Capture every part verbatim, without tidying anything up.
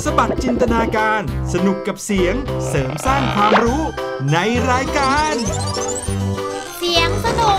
สบัดจินตนาการสนุกกับเสียงเสริมสร้างความรู้ในรายการเสียงสนุก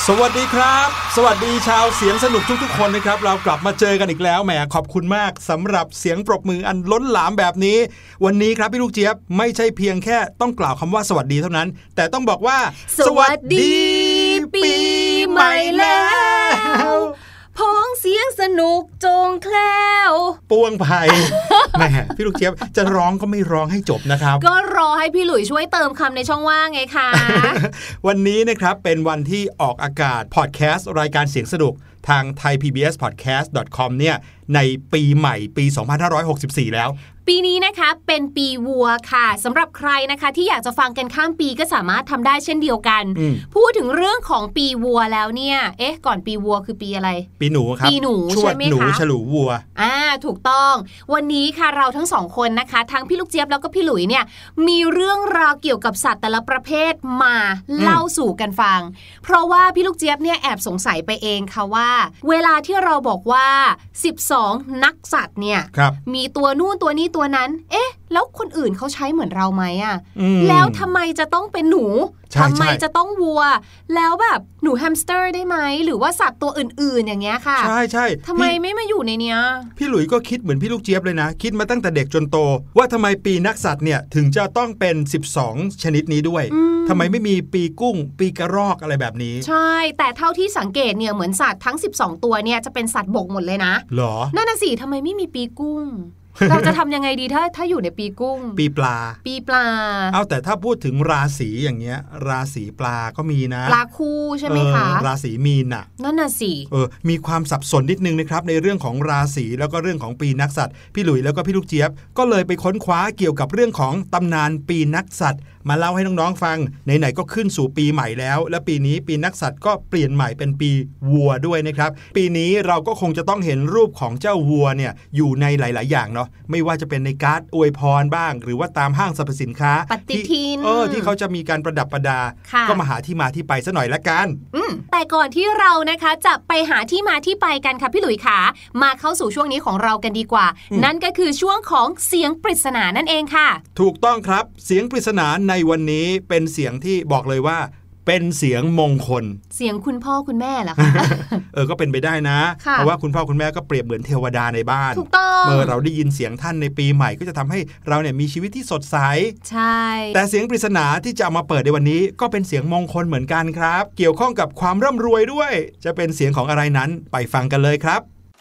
สวัสดีครับสวัสดีชาวเสียงสนุกทุกๆคนนะครับเรากลับมาเจอกันอีกแล้วแหมขอบคุณมากสำหรับเสียงปรบมืออันล้นหลามแบบนี้วันนี้ครับพี่ลูกเจี๊ยบไม่ใช่เพียงแค่ต้องกล่าวคำว่าสวัสดีเท่านั้นแต่ต้องบอกว่าสวัสดีปีใหม่แล้วพ้องเสียงสนุกจงแคล้วปวงไผ่แหมพี่ลูกเจี๊ยบจะร้องก็ไม่ร้องให้จบนะครับก็รอให้พี่หลุยช่วยเติมคำในช่องว่างไงคะวันนี้นะครับเป็นวันที่ออกอากาศพอดแคสต์รายการเสียงสนุกทาง ไทยพีบีเอสพอดแคสต์ ดอท คอม เนี่ยในปีใหม่ปีสองพันห้าร้อยหกสิบสี่แล้วปีนี้นะคะเป็นปีวัวค่ะสำหรับใครนะคะที่อยากจะฟังกันข้ามปีก็สามารถทำได้เช่นเดียวกันพูดถึงเรื่องของปีวัวแล้วเนี่ยเอ๊ะก่อนปีวัวคือปีอะไรปีหนูครับปีหนูใช่ไหมคะหนูฉลูวัวอ่าถูกต้องวันนี้ค่ะเราทั้งสองคนนะคะทั้งพี่ลูกเจี๊ยบแล้วก็พี่หลุยเนี่ยมีเรื่องราวเกี่ยวกับสัตว์แต่ละประเภทมาเล่าสู่กันฟังเพราะว่าพี่ลูกเจี๊ยบเนี่ยแอบสงสัยไปเองค่ะว่าเวลาที่เราบอกว่าสิบสองนักสัตว์เนี่ยมีตัวนู่นตัวนี้ตัวนั้นเอ๊ะแล้วคนอื่นเขาใช้เหมือนเราไหมอ่ะแล้วทำไมจะต้องเป็นหนูทำไมจะต้องวัวแล้วแบบหนูแฮมสเตอร์ได้ไหมหรือว่าสัตว์ตัวอื่นๆอย่างเงี้ยค่ะใช่ใช่ทำไมไม่มาอยู่ในเนี้ยพี่หลุยก็คิดเหมือนพี่ลูกเจี๊ยบเลยนะคิดมาตั้งแต่เด็กจนโตว่าทำไมปีนักสัตว์เนี่ยถึงจะต้องเป็นสิบสองชนิดนี้ด้วยทำไมไม่มีปีกุ้งปีกระรอกอะไรแบบนี้ใช่แต่เท่าที่สังเกตเนี่ยเหมือนสัตว์ทั้งสิบสองตัวเนี่ยจะเป็นสัตว์บกหมดเลยนะหรอนั่นน่ะสิทำไมไม่มีปีกุ้ง เราจะทำยังไงดีถ้าถ้าอยู่ในปีกุ้งปีปลาปีปลาเอาแต่ถ้าพูดถึงราศีอย่างเงี้ยราศีปลาก็มีนะปลาคู่ใช่ไหมคะราศีมีนอ่ะนั่นน่ะสิเออมีความสับสนนิดนึงนะครับในเรื่องของราศีแล้วก็เรื่องของปีนักสัตว์พี่หลุยแล้วก็พี่ลูกเจี๊ยบก็เลยไปค้นคว้าเกี่ยวกับเรื่องของตำนานปีนักสัตว์มาเล่าให้น้องๆฟังไหนๆก็ขึ้นสู่ปีใหม่แล้วและปีนี้ปีนักสัตว์ก็เปลี่ยนใหม่เป็นปีวัวด้วยนะครับปีนี้เราก็คงจะต้องเห็นรูปของเจ้าวัวเนี่ยอยู่ในหลายๆอย่างเนาะไม่ว่าจะเป็นในการ์ดอวยพรบ้างหรือว่าตามห้างสรรพสินค้าปฏิทินเออที่เขาจะมีการประดับประดาก็มาหาที่มาที่ไปซะหน่อยละกันแต่ก่อนที่เรานะคะจะไปหาที่มาที่ไปกันค่ะพี่หลุยขามาเข้าสู่ช่วงนี้ของเรากันดีกว่านั่นก็คือช่วงของเสียงปริศนานั่นเองค่ะถูกต้องครับเสียงปริศนาในวันนี้เป็นเสียงที่บอกเลยว่าเป็นเสียงมงคลเสียงคุณพ่อคุณแม่เหรอคะเออก็เป็นไปได้นะเพราะว่าคุณพ่อคุณแม่ก็เปรียบเหมือนเทวดาในบ้านถูกต้องเมื่อเราได้ยินเสียงท่านในปีใหม่ก็จะทำให้เราเนี่ยมีชีวิตที่สดใสใช่แต่เสียงปริศนาที่จะเอามาเปิดในวันนี้ก็เป็นเสียงมงคลเหมือนกันครับเกี่ยวข้องกับความร่ำรวยด้วยจะเป็นเสียงของอะไรนั้นไปฟังกันเลยครับ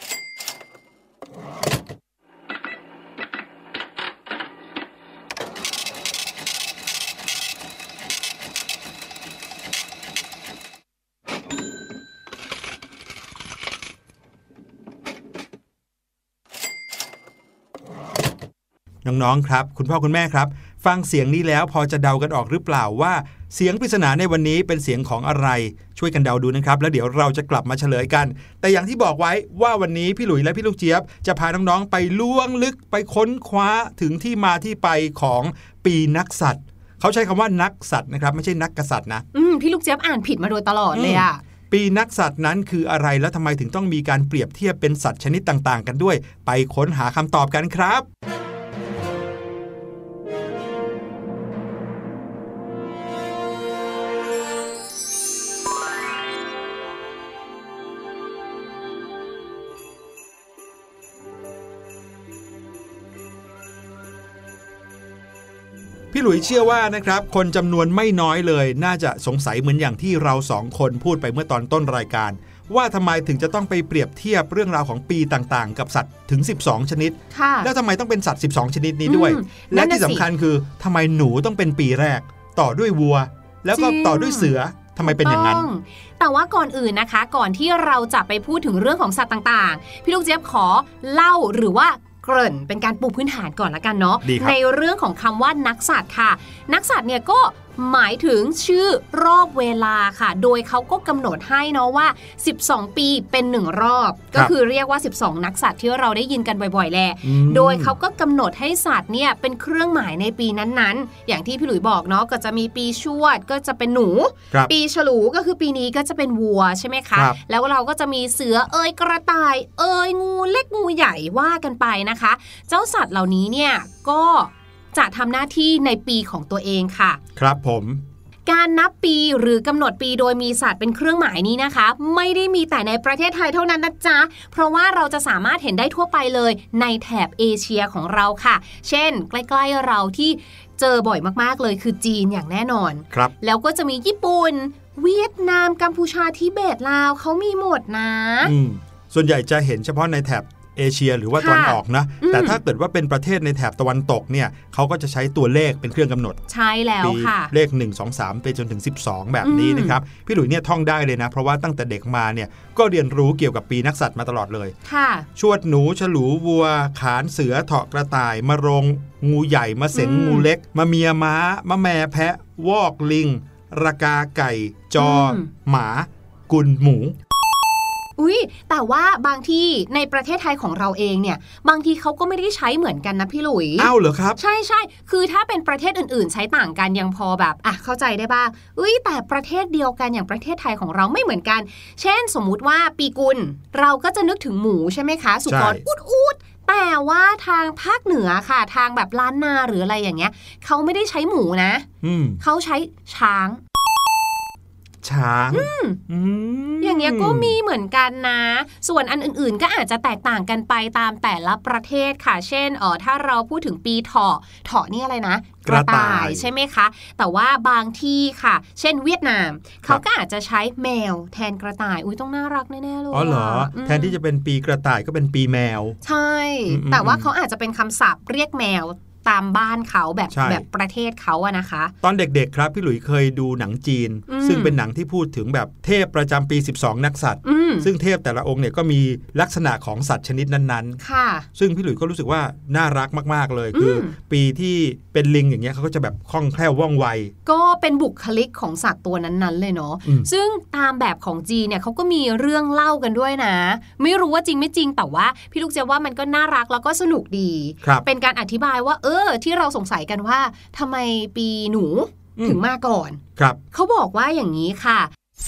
น้องๆครับคุณพ่อคุณแม่ครับฟังเสียงนี้แล้วพอจะเดากันออกหรือเปล่าว่าเสียงปริศนาในวันนี้เป็นเสียงของอะไรช่วยกันเดาดูนะครับแล้วเดี๋ยวเราจะกลับมาเฉลยกันแต่อย่างที่บอกไว้ว่าวันนี้พี่หลุยและพี่ลูกเจี๊ยบจะพาน้องๆไปล้วงลึกไปค้นคว้าถึงที่มาที่ไปของปีนักสัตว์เขาใช้คำว่านักสัตว์นะครับไม่ใช่นักกษัตริย์นะอืมพี่ลูกเจี๊ยบอ่านผิดมาโดยตลอดเลยอะปีนักสัตว์นั้นคืออะไรแล้วทำไมถึงต้องมีการเปรียบเทียบเป็นสัตว์ชนิดต่างๆกันด้วยไปค้นหาคำตอบกันครับพี่หลุยเชื่อว่านะครับคนจำนวนไม่น้อยเลยน่าจะสงสัยเหมือนอย่างที่เราสองคนพูดไปเมื่อตอนต้นรายการว่าทำไมถึงจะต้องไปเปรียบเทียบเรื่องราวของปีต่างๆกับสัตว์ถึงสิบสองชนิดแล้วทำไมต้องเป็นสัตว์สิบสองชนิดนี้ด้วยและที่สำคัญคือทำไมหนูต้องเป็นปีแรกต่อด้วยวัวแล้วก็ต่อด้วยเสือทำไมเป็นอย่างนั้นแต่ว่าก่อนอื่นนะคะก่อนที่เราจะไปพูดถึงเรื่องของสัตว์ต่างๆพี่ลูกเจี๊ยบขอเล่าหรือว่าเกริ่นเป็นการปูพื้นฐานก่อนละกันเนาะในเรื่องของคำว่านักสัตว์ค่ะนักสัตว์เนี่ยก็หมายถึงชื่อรอบเวลาค่ะโดยเขาก็กำหนดให้เนาะว่าสิบสองปีเป็นหนึ่งรอบก็คือเรียกว่าสิบสองนักสัตว์ที่เราได้ยินกันบ่อยๆแหละโดยเขาก็กำหนดให้สัตว์เนี่ยเป็นเครื่องหมายในปีนั้นๆอย่างที่พี่หลุยบอกเนาะก็จะมีปีชวดก็จะเป็นหนูปีฉลูก็คือปีนี้ก็จะเป็นวัวใช่ไหมคะแล้วเราก็จะมีเสือเอยกระต่ายเอยงูเล็กงูใหญ่ว่ากันไปนะคะเจ้าสัตว์เหล่านี้เนี่ยก็จะทำหน้าที่ในปีของตัวเองค่ะครับผมการนับปีหรือกำหนดปีโดยมีสัตว์เป็นเครื่องหมายนี้นะคะไม่ได้มีแต่ในประเทศไทยเท่านั้นนะจ๊ะเพราะว่าเราจะสามารถเห็นได้ทั่วไปเลยในแถบเอเชียของเราค่ะเช่นใกล้ๆเราที่เจอบ่อยมากๆเลยคือจีนอย่างแน่นอนครับแล้วก็จะมีญี่ปุ่นเวียดนามกัมพูชาทิเบตลาวเขามีหมดนะอืมส่วนใหญ่จะเห็นเฉพาะในแถบเอเชียหรือว่าตะวันออกนะแต่ถ้าเกิดว่าเป็นประเทศในแถบตะวันตกเนี่ยเขาก็จะใช้ตัวเลขเป็นเครื่องกำหนดใช่แล้วค่ะเลขหนึ่ง สอง สามไปจนถึงสิบสองแบบนี้นะครับพี่หลุยเนี่ยท่องได้เลยนะเพราะว่าตั้งแต่เด็กมาเนี่ยก็เรียนรู้เกี่ยวกับปีนักสัตว์มาตลอดเลยค่ะชวดหนูฉลูวัวขานเสือเถาะกระต่ายมะรงงูใหญ่มะเสงงูเล็กมะเมียม้ามะแม่แพะวอกลิงระกาไก่จอหมากุลหมูอุ๊ยแต่ว่าบางที่ในประเทศไทยของเราเองเนี่ยบางทีเขาก็ไม่ได้ใช้เหมือนกันนะพี่หลุยอ้าวเหรอครับใช่ใช่คือถ้าเป็นประเทศอื่นๆใช้ต่างกันยังพอแบบอ่ะเข้าใจได้บ้างอุ๊ยแต่ประเทศเดียวกันอย่างประเทศไทยของเราไม่เหมือนกันเช่นสมมุติว่าปีกุลเราก็จะนึกถึงหมูใช่ไหมคะสุกรอุดอุดแต่ว่าทางภาคเหนือค่ะทางแบบล้านนาหรืออะไรอย่างเงี้ยเขาไม่ได้ใช้หมูนะเขาใช้ช้างช้าง อ, อือย่างเงี้ยก็มีเหมือนกันนะส่วนอันอื่นๆก็อาจจะแตกต่างกันไปตามแต่ละประเทศค่ะเช่นเออถ้าเราพูดถึงปีเถาะเถาะนี่อะไรนะกระต่ายใช่ไหมคะแต่ว่าบางที่ค่ะเช่นเวียดนามเขาก็อาจจะใช้แมวแทนกระต่ายอุ้ยต้องน่ารักแน่ๆเลยอ๋อเหรอแทนที่จะเป็นปีกระต่ายก็เป็นปีแมวใช่แต่ว่าเขาอาจจะเป็นคำศัพท์เรียกแมวตามบ้านเขาแบบแบบประเทศเขาอะนะคะตอนเด็กๆครับพี่หลุยเคยดูหนังจีนซึ่งเป็นหนังที่พูดถึงแบบเทพประจำปีสิบสองนักสัตว์ซึ่งเทพแต่ละองค์เนี่ยก็มีลักษณะของสัตว์ชนิดนั้นๆค่ะซึ่งพี่หลุยก็รู้สึกว่าน่ารักมากๆเลยคือปีที่เป็นลิงอย่างเงี้ยเขาก็จะแบบคล่องแคล่วว่องไวก็เป็นบุคลิกของสัตว์ตัวนั้นๆเลยเนาะซึ่งตามแบบของจีนเนี่ยเขาก็มีเรื่องเล่ากันด้วยนะไม่รู้ว่าจริงไม่จริงแต่ว่าพี่ลูกเจ๊ว่ามันก็น่ารักแล้วก็สนุกดีเป็นการอธิบายว่าเออที่เราสงสัยกันว่าทำไมปีหนูถึงมาก่อนครับเขาบอกว่าอย่างนี้ค่ะ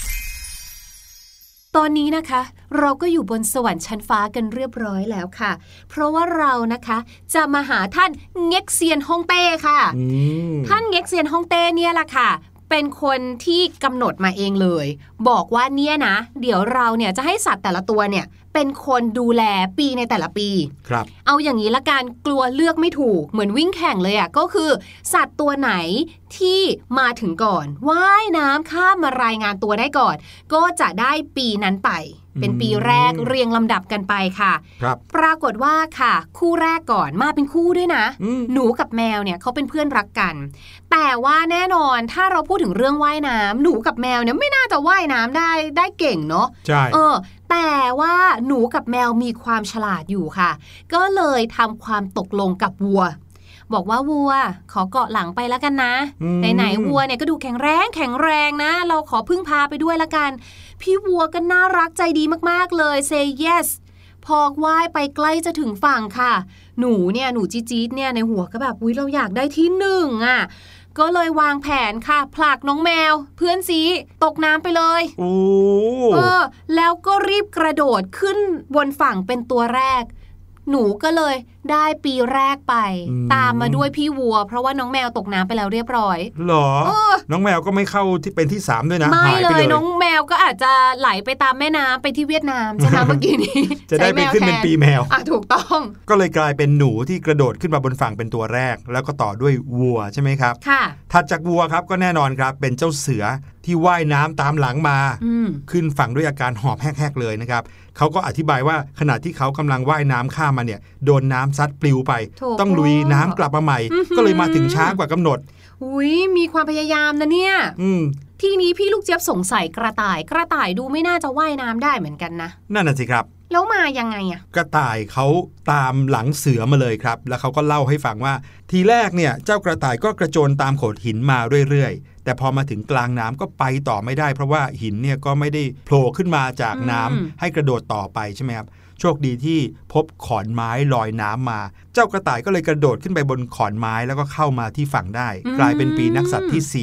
ตอนนี้นะคะเราก็อยู่บนสวรรค์ชั้นฟ้ากันเรียบร้อยแล้วค่ะเพราะว่าเรานะคะจะมาหาท่านเง็กเซียนฮ่องเต้ค่ะท่านเง็กเซียนฮ่องเต้เนี่ยแหละค่ะเป็นคนที่กำหนดมาเองเลยบอกว่าเนี่ยนะเดี๋ยวเราเนี่ยจะให้สัตว์แต่ละตัวเนี่ยเป็นคนดูแลปีในแต่ละปีครับเอาอย่างนี้ละกันกลัวเลือกไม่ถูกเหมือนวิ่งแข่งเลยอ่ะก็คือสัตว์ตัวไหนที่มาถึงก่อนว่ายน้ำข้ามมารายงานตัวได้ก่อนก็จะได้ปีนั้นไปเป็นปีแรกเรียงลำดับกันไปค่ะครับปรากฏว่าค่ะคู่แรกก่อนมาเป็นคู่ด้วยนะหนูกับแมวเนี่ยเขาเป็นเพื่อนรักกันแต่ว่าแน่นอนถ้าเราพูดถึงเรื่องว่ายน้ำหนูกับแมวเนี่ยไม่น่าจะว่ายน้ำได้ได้เก่งเนาะใช่เออแต่ว่าหนูกับแมวมีความฉลาดอยู่ค่ะก็เลยทำความตกลงกับวัวบอกว่าวัวขอเกาะหลังไปแล้วกันนะไหนๆวัวเนี่ยก็ดูแข็งแรงแข็งแรงนะเราขอพึ่งพาไปด้วยละกันพี่วัวก็น่ารักใจดีมากๆเลย say yes พอว่ายไปใกล้จะถึงฝั่งค่ะหนูเนี่ยหนูจี๊ดๆเนี่ยในหัวก็แบบอุ๊ยเราอยากได้ที่หนึ่งอ่ะก็เลยวางแผนค่ะผลักน้องแมวเพื่อนซีตกน้ำไปเลยโอ้เออแล้วก็รีบกระโดดขึ้นบนฝั่งเป็นตัวแรกหนูก็เลยได้ปีแรกไปตามมาด้วยพี่วัวเพราะว่าน้องแมวตกน้ำไปแล้วเรียบร้อยหรอน้องแมวก็ไม่เข้าที่เป็นที่สามด้วยนะไม่เลยน้องแมวก็อาจจะไหลไปตามแม่น้ำไปที่เวียดนามใช่ไหมเมื่อกี้นี้จะได้ไปขึ้นเป็นปีแมวอ่ะถูกต้องก็เลยกลายเป็นหนูที่กระโดดขึ้นมาบนฝั่งเป็นตัวแรกแล้วก็ต่อด้วยวัวใช่ไหมครับค่ะถัดจากวัวครับก็แน่นอนครับเป็นเจ้าเสือที่ว่ายน้ำตามหลังมาขึ้นฝั่งด้วยอาการหอบแหกๆเลยนะครับเขาก็อธิบายว่าขณะที่เขากำลังว่ายน้ำข้ามมาเนี่ยโดนน้ำซัดปลิวไปต้องลุยน้ำกลับมาใหม่ก็เลยมาถึงช้ากว่ากำหนดอุ้ยมีความพยายามนะเนี่ยทีนี้พี่ลูกเจี๊ยบสงสัยกระต่ายกระต่ายดูไม่น่าจะว่ายน้ำได้เหมือนกันนะนั่นน่ะสิครับแล้วมายังไงอะกระต่ายเขาตามหลังเสือมาเลยครับแล้วเขาก็เล่าให้ฟังว่าทีแรกเนี่ยเจ้ากระต่ายก็กระโจนตามโขดหินมาเรื่อยๆแต่พอมาถึงกลางน้ำก็ไปต่อไม่ได้เพราะว่าหินเนี่ยก็ไม่ได้โผล่ขึ้นมาจากน้ำให้กระโดดต่อไปใช่ไหมครับโชคดีที่พบขอนไม้ลอยน้ำมาเจ้ากระต่ายก็เลยกระโดดขึ้นไปบนขอนไม้แล้วก็เข้ามาที่ฝั่งได้กลายเป็นปีนักสัตว์ที่สี่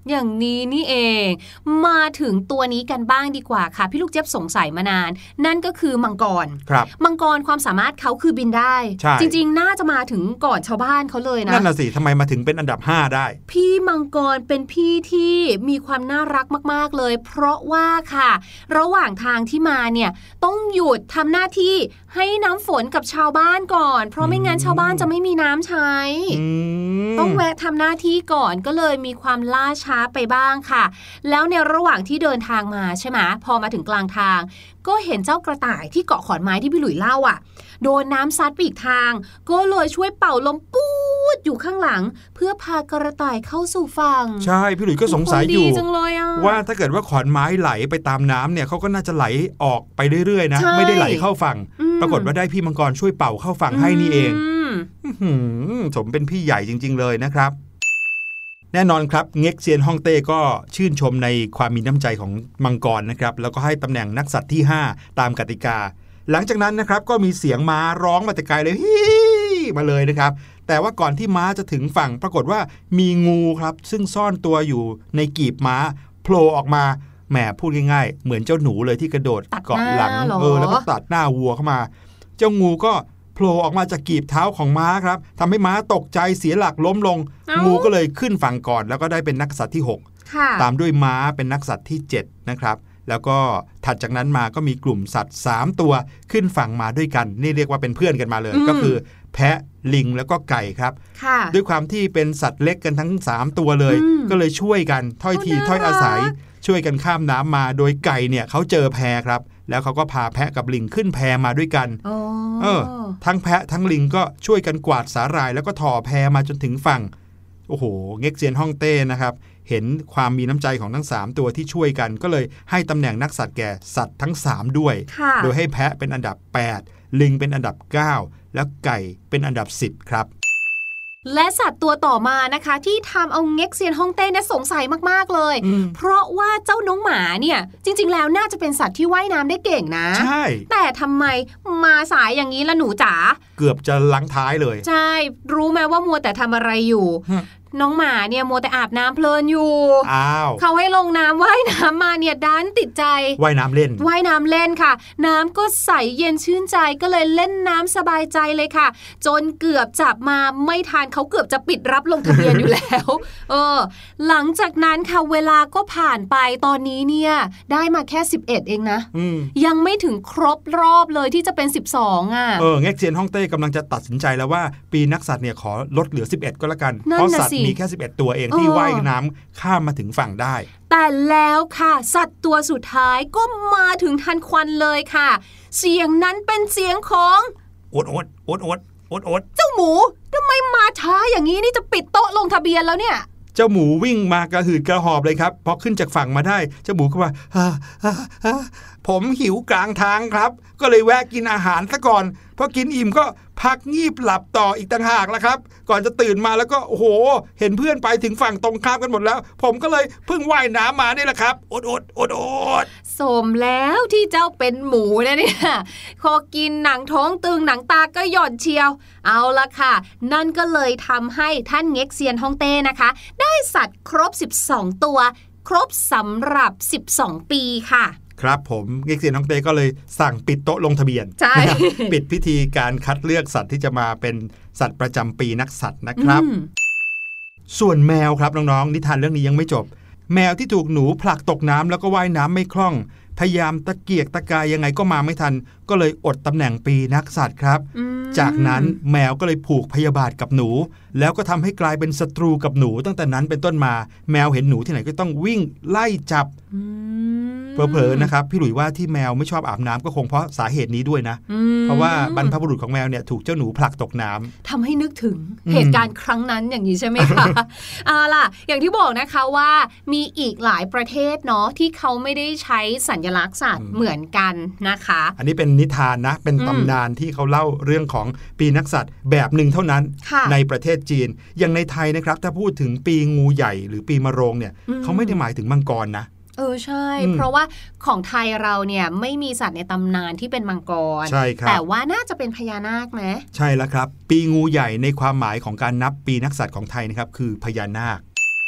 อย่างนี้นี่เองมาถึงตัวนี้กันบ้างดีกว่าค่ะพี่ลูกเจี๊ยบสงสัยมานานนั่นก็คือมังกรครับมังกรความสามารถเขาคือบินได้จริงๆน่าจะมาถึงก่อนชาวบ้านเขาเลยนะนั่นน่ะสิทำไมมาถึงเป็นอันดับห้าได้พี่มังกรเป็นพี่ที่มีความน่ารักมากๆเลยเพราะว่าค่ะระหว่างทางที่มาเนี่ยต้องหยุดทำหน้าที่ให้น้ำฝนกับชาวบ้านก่อนเพราะไม่งั้นชาวบ้านจะไม่มีน้ำใช้ต้องแวะทำหน้าที่ก่อนก็เลยมีความล่าช้าไปบ้างค่ะแล้วในระหว่างที่เดินทางมาใช่ไหมพอมาถึงกลางทางก็เห็นเจ้ากระต่ายที่เกาะขอนไม้ที่พี่หลุยเล่าอ่ะโดนน้ำซัดไปอีกทางก็เลยช่วยเป่าลมปูดอยู่ข้างหลังเพื่อพากระต่ายเข้าสู่ฝั่งใช่พี่หลุยก็สงสัยอยู่ว่าถ้าเกิดว่าขอนไม้ไหลไปตามน้ำเนี่ยเขาก็น่าจะไหลออกไปเรื่อยๆนะไม่ได้ไหลเข้าฝั่งปรากฏว่าได้พี่มังกรช่วยเป่าเข้าฝั่งให้นี่เองสมเป็นพี่ใหญ่จริงๆเลยนะครับแน่นอนครับเง็กเซียนฮ่องเต้ก็ชื่นชมในความมีน้ำใจของมังกรนะครับแล้วก็ให้ตำแหน่งนักสัตว์ที่ห้าตามกติกาหลังจากนั้นนะครับก็มีเสียงม้าร้องมาแต่ไกลเลยฮิมาเลยนะครับแต่ว่าก่อนที่ม้าจะถึงฝั่งปรากฏว่ามีงูครับซึ่งซ่อนตัวอยู่ในกีบม้าโผล่ออกมาแหมพูดง่ายๆเหมือนเจ้าหนูเลยที่กระโดดเกาะหลังเออแล้วก็ตัดหน้าวัวเข้ามาเจ้างูก็โผล่ออกมาจากกีบเท้าของม้าครับทำให้ม้าตกใจเสียหลักล้มลงงูก็เลยขึ้นฝั่งก่อนแล้วก็ได้เป็นนักสัตว์ที่หกตามด้วยม้าเป็นนักสัตว์ที่เจ็ดนะครับแล้วก็ถัดจากนั้นมาก็มีกลุ่มสัตว์สามตัวขึ้นฝั่งมาด้วยกันนี่เรียกว่าเป็นเพื่อนกันมาเลยก็คือแพะลิงแล้วก็ไก่ครับด้วยความที่เป็นสัตว์เล็กกันทั้งสามตัวเลยก็เลยช่วยกันถ้อยทีถ้อยอาศัยช่วยกันข้ามน้ำมาโดยไก่เนี่ยเขาเจอแพครับแล้วเขาก็พาแพะกับลิงขึ้นแพมาด้วยกันเออทั้งแพะทั้งลิงก็ช่วยกันกวาดสาหร่ายแล้วก็ถ่อแพมาจนถึงฝั่งโอ้โหเง็กเซียนฮ่องเต้นะครับเห็นความมีน้ำใจของทั้งสามตัวที่ช่วยกันก็เลยให้ตำแหน่งนักสัตว์แก่สัตว์ทั้งสามด้วยโดยให้แพะเป็นอันดับแปดลิงเป็นอันดับเก้าแล้วไก่เป็นอันดับสิบครับและสัตว์ตัวต่อมานะคะที่ทำเอาเง็กเซียนฮ่องเต้เนี่ยสงสัยมากๆเลยเพราะว่าเจ้าน้องหมาเนี่ยจริงๆแล้วน่าจะเป็นสัตว์ที่ว่ายน้ำได้เก่งนะใช่แต่ทำไมมาสายอย่างนี้ล่ะหนูจ๋าเกือบจะลังท้ายเลยใช่รู้ไหมว่ามัวแต่ทำอะไรอยู่น้องหมาเนี่ยมัวแต่อาบน้ำเพลินอยู่อ้าวเขาให้ลงน้ำว่ายน้ำมาเนี่ยดันติดใจว่ายน้ำเล่นว่ายน้ำเล่นค่ะน้ำก็ใสเย็นชื่นใจก็เลยเล่นน้ำสบายใจเลยค่ะจนเกือบจับมาไม่ทันเขาเกือบจะปิดรับลงทะเบียนอยู่แล้วเออหลังจากนั้นค่ะเวลาก็ผ่านไปตอนนี้เนี่ยได้มาแค่สิบเอ็ดเองนะยังไม่ถึงครบรอบเลยที่จะเป็นสิบสองอ่ะเออเง็กเซียนฮ่องเต้กำลังจะตัดสินใจแล้วว่าปีนักสัตว์เนี่ยขอลดเหลือสิบเอ็ดก็แล้วกันเพราะสัตว์มีแค่สิบเอ็ดตัวเองที่ว่ายน้ำข้ามมาถึงฝั่งได้แต่แล้วค่ะสัตว์ตัวสุดท้ายก็มาถึงทันควันเลยค่ะเสียงนั้นเป็นเสียงของโอ๊ดโอ๊ดโอ๊ดโอ๊ดโอ๊ดโอ๊ดเจ้าหมูทำไมมาช้าอย่างนี้นี่จะปิดโต๊ะลงทะเบียนแล้วเนี่ยเจ้าหมูวิ่งมากระหืดกระหอบเลยครับพอขึ้นจากฝั่งมาได้เจ้าหมูก็ว่าผมหิวกลางทางครับก็เลยแวะกินอาหารซะก่อนพอกินอิ่มก็พักงีบหลับต่ออีกต่างหากแล้วครับก่อนจะตื่นมาแล้วก็โอ้โหเห็นเพื่อนไปถึงฝั่งตรงข้ามกันหมดแล้วผมก็เลยเพิ่งว่ายน้ำมานี่แหละครับอดอดอดอดสมแล้วที่เจ้าเป็นหมูนะเนี่ยพอกินหนังท้องตึงหนังตาก็หย่อนเชียวเอาละค่ะนั่นก็เลยทำให้ท่านเง็กเซียนฮ่องเต้นะคะได้สัตว์ครบสิบสองตัวครบสำหรับสิบสองปีค่ะครับผมเง็กเซียนฮ่องเต้ก็เลยสั่งปิดโต๊ะลงทะเบียนใช่ปิดพิธีการคัดเลือกสัตว์ที่จะมาเป็นสัตว์ประจำปีนักสัตว์นะครับส่วนแมวครับน้องๆนิทานเรื่องนี้ยังไม่จบแมวที่ถูกหนูผลักตกน้ำแล้วก็ว่ายน้ำไม่คล่องพยายามตะเกียกตะกายยังไงก็มาไม่ทันก็เลยอดตำแหน่งปีนักสัตว์ครับจากนั้นแมวก็เลยผูกพยาบาทกับหนูแล้วก็ทำให้กลายเป็นศัตรูกับหนูตั้งแต่นั้นเป็นต้นมาแมวเห็นหนูที่ไหนก็ต้องวิ่งไล่จับเผลอๆนะครับพี่หลุยว่าที่แมวไม่ชอบอาบน้ำก็คงเพราะสาเหตุนี้ด้วยนะเพราะว่าบรรพบุรุษของแมวเนี่ยถูกเจ้าหนูผลักตกน้ำทำให้นึกถึงเหตุการณ์ครั้งนั้นอย่างนี้ใช่ไหมคะเอาล่ะอย่างที่บอกนะคะว่ามีอีกหลายประเทศเนาะที่เขาไม่ได้ใช้สัญลักษณ์สัตว์เหมือนกันนะคะอันนี้เป็นนิทานนะเป็นตำนานที่เขาเล่าเรื่องของปีนักสัตว์แบบหนึ่งเท่านั้นในประเทศจีนอย่างในไทยนะครับถ้าพูดถึงปีงูใหญ่หรือปีมะโรงเนี่ยเขาไม่ได้หมายถึงมังกรนะเออใช่เพราะว่าของไทยเราเนี่ยไม่มีสัตว์ในตำนานที่เป็นมังกรใช่ครับแต่ว่าน่าจะเป็นพญานาคไหมใช่แล้วครับปีงูใหญ่ในความหมายของการนับปีนักสัตว์ของไทยนะครับคือพญานาค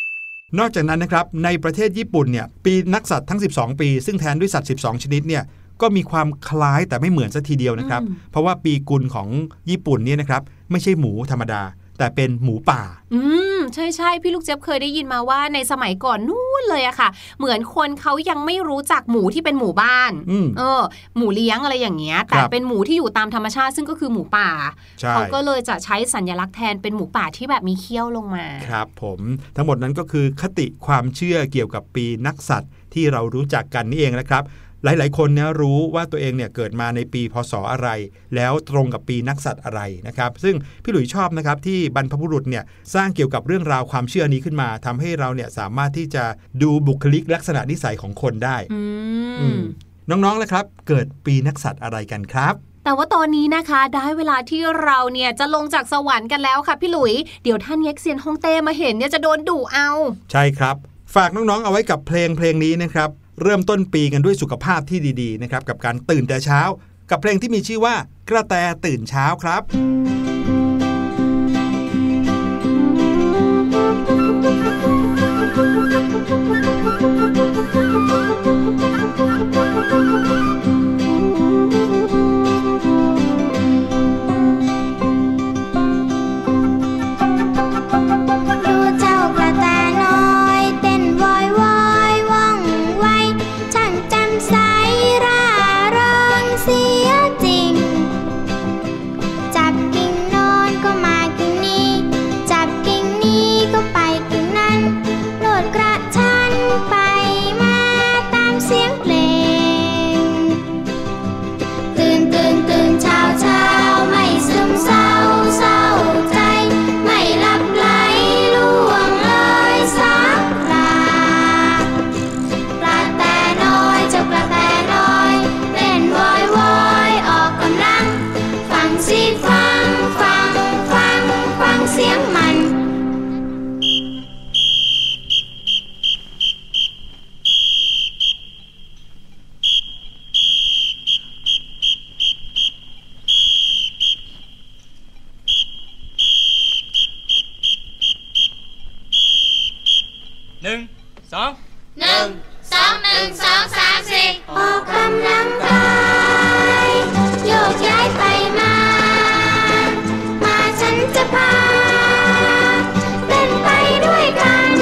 นอกจากนั้นนะครับในประเทศญี่ปุ่นเนี่ยปีนักสัตว์ทั้งสิบสองปีซึ่งแทนด้วยสัตว์สิบสองชนิดเนี่ยก็มีความคล้ายแต่ไม่เหมือนซะทีเดียวนะครับเพราะว่าปีกุลของญี่ปุ่นเนี่ยนะครับไม่ใช่หมูธรรมดาแต่เป็นหมูป่าอืมใช่ๆพี่ลูกเจี๊ยบเคยได้ยินมาว่าในสมัยก่อนนู้นเลยอะค่ะเหมือนคนเขายังไม่รู้จักหมูที่เป็นหมูบ้านเออหมูเลี้ยงอะไรอย่างเงี้ยแต่เป็นหมูที่อยู่ตามธรรมชาติซึ่งก็คือหมูป่าเขาก็เลยจะใช้สัญลักษณ์แทนเป็นหมูป่าที่แบบมีเขี้ยวลงมาครับผมทั้งหมดนั้นก็คือคติความเชื่อเกี่ยวกับปีนักสัตว์ที่เรารู้จักกันนี่เองนะครับหลายๆคนเนี่ยรู้ว่าตัวเองเนี่ยเกิดมาในปีพศอะไรแล้วตรงกับปีนักสัตว์อะไรนะครับซึ่งพี่หลุยส์ชอบนะครับที่บรรพบุรุษเนี่ยสร้างเกี่ยวกับเรื่องราวความเชื่อนี้ขึ้นมาทำให้เราเนี่ยสามารถที่จะดูบุคลิกลักษณะนิสัยของคนได้น้องๆนะครับเกิดปีนักสัตว์อะไรกันครับแต่ว่าตอนนี้นะคะได้เวลาที่เราเนี่ยจะลงจากสวรรค์กันแล้วค่ะพี่หลุยเดี๋ยวท่านเย็กเซียนฮ่องเต้มาเห็นเนี่ยจะโดนดุเอาใช่ครับฝากน้องๆเอาไว้กับเพลงเพลงนี้นะครับเริ่มต้นปีกันด้วยสุขภาพที่ดีๆนะครับกับการตื่นแต่เช้ากับเพลงที่มีชื่อว่ากระแตตื่นเช้าครับหนึ่งสองหนึ่งสองหนึ่งสองสามสี่ออกกำลังกายโยกย้ายไปมามาฉันจะพาเต้นไปด้วยกัน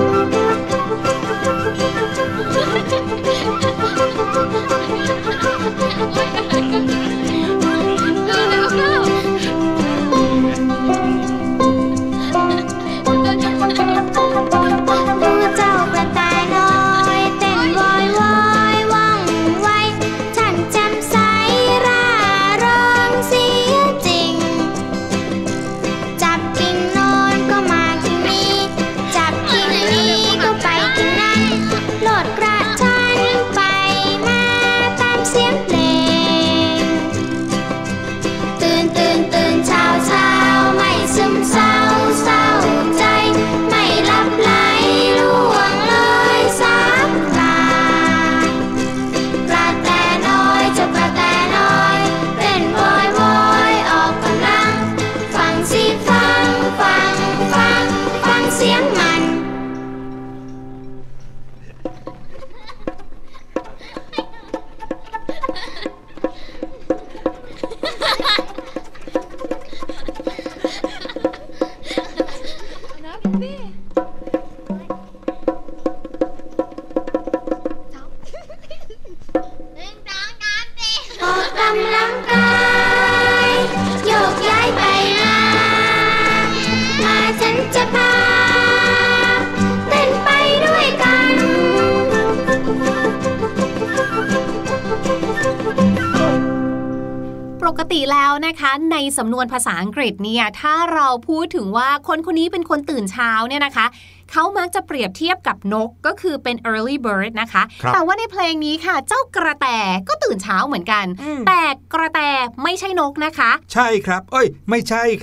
ปกติแล้วนะคะในสำนวนภาษาอังกฤษเนี่ยถ้าเราพูดถึงว่าคนคนนี้เป็นคนตื่นเช้าเนี่ยนะคะเขามักจะเปรียบเทียบกับนกก็คือเป็น early bird นะคะแต่ว่าในเพลงนี้ค่ะเจ้ากระแตก็ตื่นเช้าเหมือนกันแต่กระแตไม่ใช่นกนะคะใช่ครับเอ้ยไม่ใช่ครับ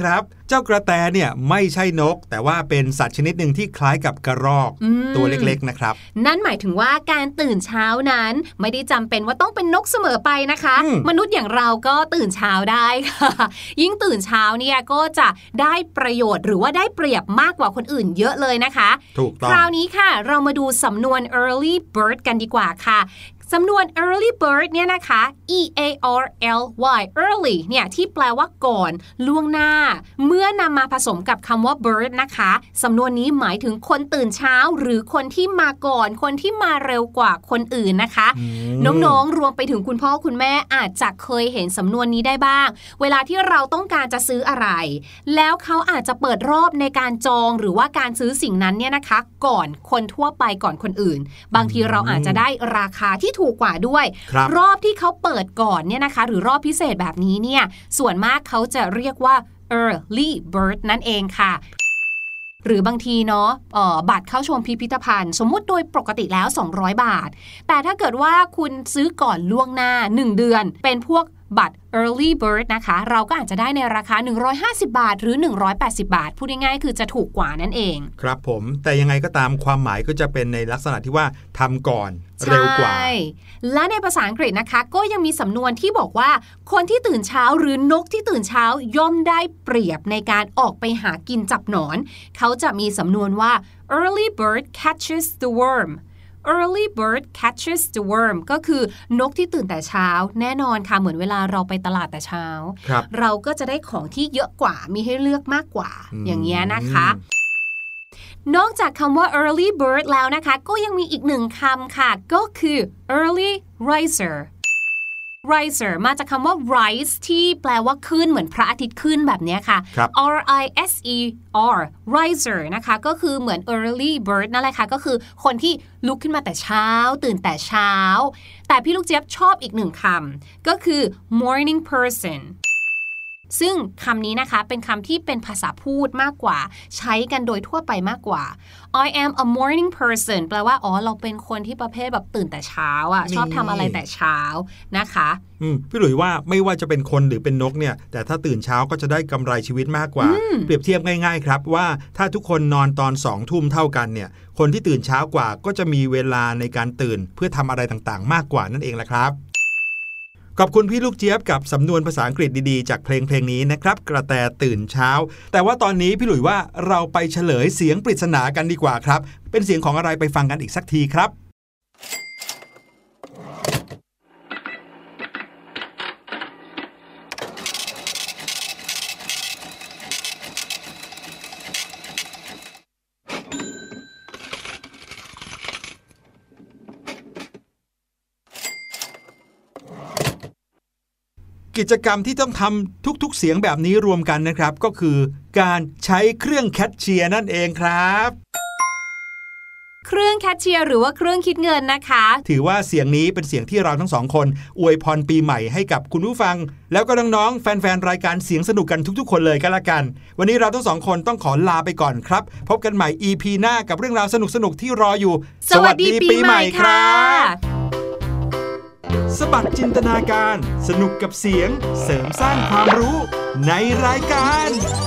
เจ้ากระแตเนี่ยไม่ใช่นกแต่ว่าเป็นสัตว์ชนิดหนึ่งที่คล้ายกับกระรอกตัวเล็กๆนะครับนั่นหมายถึงว่าการตื่นเช้านั้นไม่ได้จำเป็นว่าต้องเป็นนกเสมอไปนะคะม, มนุษย์อย่างเราก็ตื่นเช้าได้ค่ะยิ่งตื่นเช้าเนี่ยก็จะได้ประโยชน์หรือว่าได้เปรียบมากกว่าคนอื่นเยอะเลยนะคะถูกต้องคราวนี้ค่ะเรามาดูสำนวน early bird กันดีกว่าค่ะสำนวน early bird เนี่ยนะคะ e a r l y early เนี่ยที่แปลว่าก่อนล่วงหน้าเมื่อนำมาผสมกับคำว่า bird นะคะสำนวนนี้หมายถึงคนตื่นเช้าหรือคนที่มาก่อนคนที่มาเร็วกว่าคนอื่นนะคะน้องๆรวมไปถึงคุณพ่อคุณแม่อาจจะเคยเห็นสำนวนนี้ได้บ้างเวลาที่เราต้องการจะซื้ออะไรแล้วเขาอาจจะเปิดรอบในการจองหรือว่าการซื้อสิ่งนั้นเนี่ยนะคะก่อนคนทั่วไปก่อนคนอื่นบางทีเราอาจจะได้ราคาที่ถูกกว่าด้วย ร, รอบที่เขาเปิดก่อนเนี่ยนะคะหรือรอบพิเศษแบบนี้เนี่ยส่วนมากเขาจะเรียกว่า early bird นั่นเองค่ะหรือบางทีเนาะบัตรเข้าชมพิพิธภัณฑ์สมมุติโดยปกติแล้วสองร้อยบาทแต่ถ้าเกิดว่าคุณซื้อก่อนล่วงหน้าหนึ่งเดือนเป็นพวกบัตร early bird นะคะเราก็อาจจะได้ในราคาหนึ่งร้อยห้าสิบบาทหรือหนึ่งร้อยแปดสิบบาทพูดง่ายๆคือจะถูกกว่านั่นเองครับผมแต่ยังไงก็ตามความหมายก็จะเป็นในลักษณะที่ว่าทำก่อนเร็วกว่าและในภาษาอังกฤษนะคะก็ยังมีสำนวนที่บอกว่าคนที่ตื่นเช้าหรือนกที่ตื่นเช้าย่อมได้เปรียบในการออกไปหากินจับหนอนเขาจะมีสำนวนว่า early bird catches the worm early bird catches the worm ก็คือนกที่ตื่นแต่เช้าแน่นอนค่ะเหมือนเวลาเราไปตลาดแต่เช้าร, เราก็จะได้ของที่เยอะกว่ามีให้เลือกมากกว่า อ, อย่างเงี้ยนะคะนอกจากคำว่า early bird แล้วนะคะก็ยังมีอีกหนึ่งคำค่ะก็คือ early riser riser มาจากคำว่า rise ที่แปลว่าขึ้นเหมือนพระอาทิตย์ขึ้นแบบนี้ค่ะ R I S E R riser นะคะก็คือเหมือน early bird นั่นแหละค่ะก็คือคนที่ลุกขึ้นมาแต่เช้าตื่นแต่เช้าแต่พี่ลูกเจี๊ยบชอบอีกหนึ่งคำก็คือ morning personซึ่งคำนี้นะคะเป็นคำที่เป็นภาษาพูดมากกว่าใช้กันโดยทั่วไปมากกว่า I am a morning person แปลว่าอ๋อเราเป็นคนที่ประเภทแบบตื่นแต่เช้าอ่ะชอบทำอะไรแต่เช้านะคะอืมพี่หลุยว่าไม่ว่าจะเป็นคนหรือเป็นนกเนี่ยแต่ถ้าตื่นเช้าก็จะได้กำไรชีวิตมากกว่าเปรียบเทียบง่ายๆครับว่าถ้าทุกคนนอนตอนสองทุ่มเท่ากันเนี่ยคนที่ตื่นเช้ากว่าก็จะมีเวลาในการตื่นเพื่อทำอะไรต่างๆมากกว่านั่นเองแหละครับขอบคุณพี่ลูกเจี๊ยบกับสำนวนภาษาอังกฤษดีๆจากเพลงเพลงนี้นะครับกระแตตื่นเช้าแต่ว่าตอนนี้พี่หลุยว่าเราไปเฉลยเสียงปริศนากันดีกว่าครับเป็นเสียงของอะไรไปฟังกันอีกสักทีครับกิจกรรมที่ต้องทำทุกๆเสียงแบบนี้รวมกันนะครับก็คือการใช้เครื่องแคชเชียร์นั่นเองครับเครื่องแคชเชียร์หรือว่าเครื่องคิดเงินนะคะถือว่าเสียงนี้เป็นเสียงที่เราทั้งสองคนอวยพรปีใหม่ให้กับคุณผู้ฟังแล้วก็น้องๆแฟนๆรายการเสียงสนุกกันทุกๆคนเลยก็แล้วกันวันนี้เราทั้งสองคนต้องขอลาไปก่อนครับพบกันใหม่ อี พี หน้ากับเรื่องราวสนุกๆที่รออยู่สวัสดีปีใหม่ครับสบัดจินตนาการสนุกกับเสียงเสริมสร้างความรู้ในรายการ